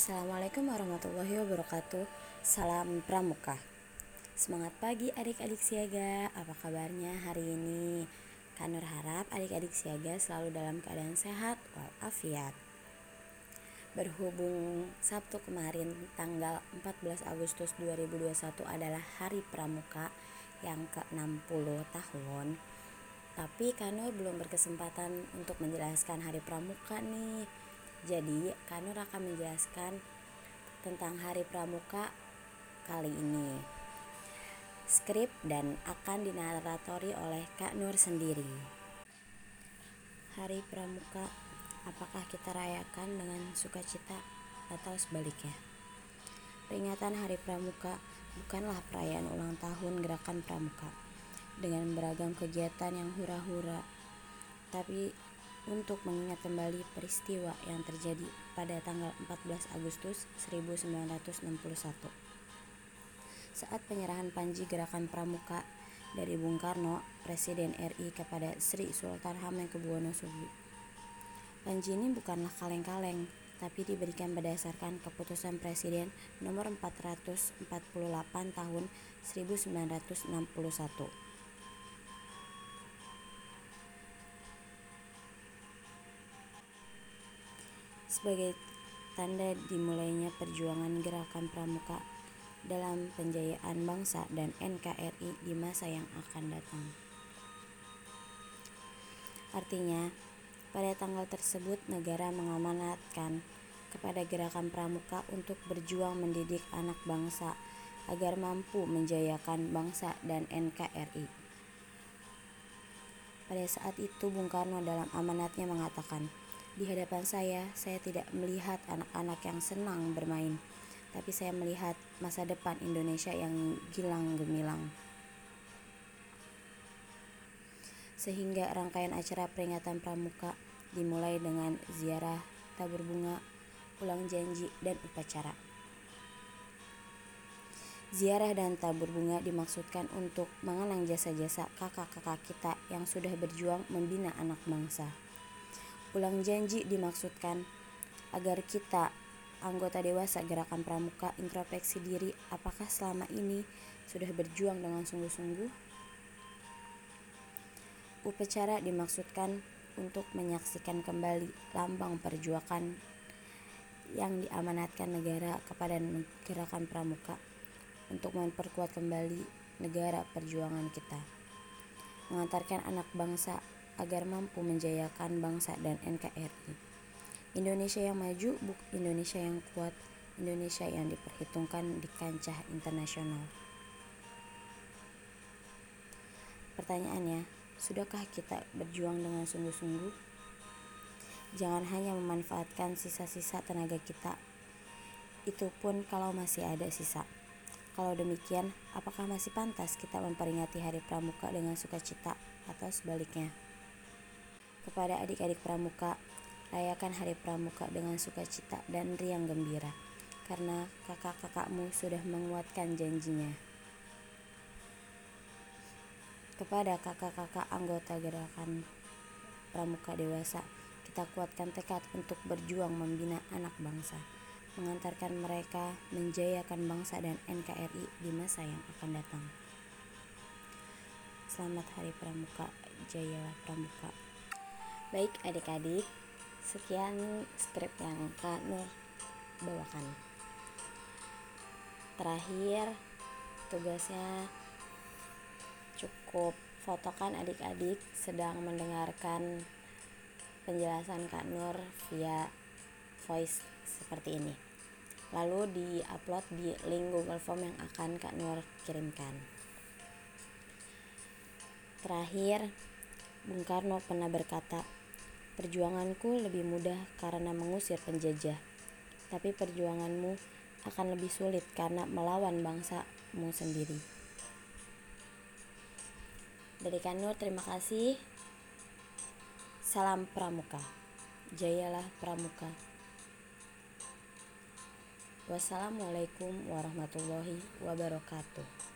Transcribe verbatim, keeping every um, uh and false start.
Assalamualaikum warahmatullahi wabarakatuh. Salam Pramuka. Semangat pagi adik-adik siaga. Apa kabarnya hari ini? Kak Nur harap adik-adik siaga selalu dalam keadaan sehat walafiat. Berhubung Sabtu kemarin tanggal empat belas Agustus dua ribu dua puluh satu adalah Hari Pramuka yang ke enam puluh tahun. Tapi Kak Nur belum berkesempatan untuk menjelaskan Hari Pramuka nih. Jadi Kak Nur akan menjelaskan tentang Hari Pramuka kali ini. Skrip dan akan dinaratori oleh Kak Nur sendiri. Hari Pramuka, apakah kita rayakan dengan sukacita atau sebaliknya? Peringatan Hari Pramuka bukanlah perayaan ulang tahun Gerakan Pramuka dengan beragam kegiatan yang hura-hura, tapi untuk mengingat kembali peristiwa yang terjadi pada tanggal empat belas Agustus seribu sembilan ratus enam puluh satu saat penyerahan panji Gerakan Pramuka dari Bung Karno, Presiden R I, kepada Sri Sultan Hamengkubuwono Subli. Panji ini bukanlah kaleng-kaleng, tapi diberikan berdasarkan keputusan Presiden nomor empat ratus empat puluh delapan tahun seribu sembilan ratus enam puluh satu. Sebagai tanda dimulainya perjuangan Gerakan Pramuka dalam penjayaan bangsa dan N K R I di masa yang akan datang. Artinya, pada tanggal tersebut negara mengamanatkan kepada Gerakan Pramuka untuk berjuang mendidik anak bangsa agar mampu menjayakan bangsa dan N K R I. Pada saat itu Bung Karno dalam amanatnya mengatakan, "Di hadapan saya, saya tidak melihat anak-anak yang senang bermain, tapi saya melihat masa depan Indonesia yang gilang gemilang." Sehingga rangkaian acara peringatan Pramuka dimulai dengan ziarah, tabur bunga, ulang janji, dan upacara. Ziarah dan tabur bunga dimaksudkan untuk mengenang jasa-jasa kakak-kakak kita yang sudah berjuang membina anak bangsa. Ulang janji dimaksudkan agar kita, anggota dewasa Gerakan Pramuka, introspeksi diri apakah selama ini sudah berjuang dengan sungguh-sungguh. Upacara dimaksudkan untuk menyaksikan kembali lambang perjuangan yang diamanatkan negara kepada Gerakan Pramuka untuk memperkuat kembali negara perjuangan kita, mengantarkan anak bangsa agar mampu menjayakan bangsa dan N K R I. Indonesia yang maju, bukan Indonesia yang kuat, Indonesia yang diperhitungkan di kancah internasional. Pertanyaannya, sudahkah kita berjuang dengan sungguh-sungguh? Jangan hanya memanfaatkan sisa-sisa tenaga kita, itu pun kalau masih ada sisa. Kalau demikian, apakah masih pantas kita memperingati Hari Pramuka dengan sukacita atau sebaliknya? Kepada adik-adik Pramuka, rayakan Hari Pramuka dengan sukacita dan riang gembira, karena kakak-kakakmu sudah menguatkan janjinya. Kepada kakak-kakak anggota Gerakan Pramuka dewasa, kita kuatkan tekad untuk berjuang membina anak bangsa, mengantarkan mereka menjayakan bangsa dan N K R I di masa yang akan datang. Selamat Hari Pramuka, jayalah Pramuka. Baik adik-adik, sekian skrip yang Kak Nur bawakan. Terakhir, tugasnya cukup fotokan adik-adik sedang mendengarkan penjelasan Kak Nur via voice seperti ini. Lalu di-upload di link Google Form yang akan Kak Nur kirimkan. Terakhir, Bung Karno pernah berkata, "Perjuanganku lebih mudah karena mengusir penjajah, tapi perjuanganmu akan lebih sulit karena melawan bangsamu sendiri." Dari Kak Nur, terima kasih. Salam Pramuka, jayalah Pramuka. Wassalamualaikum warahmatullahi wabarakatuh.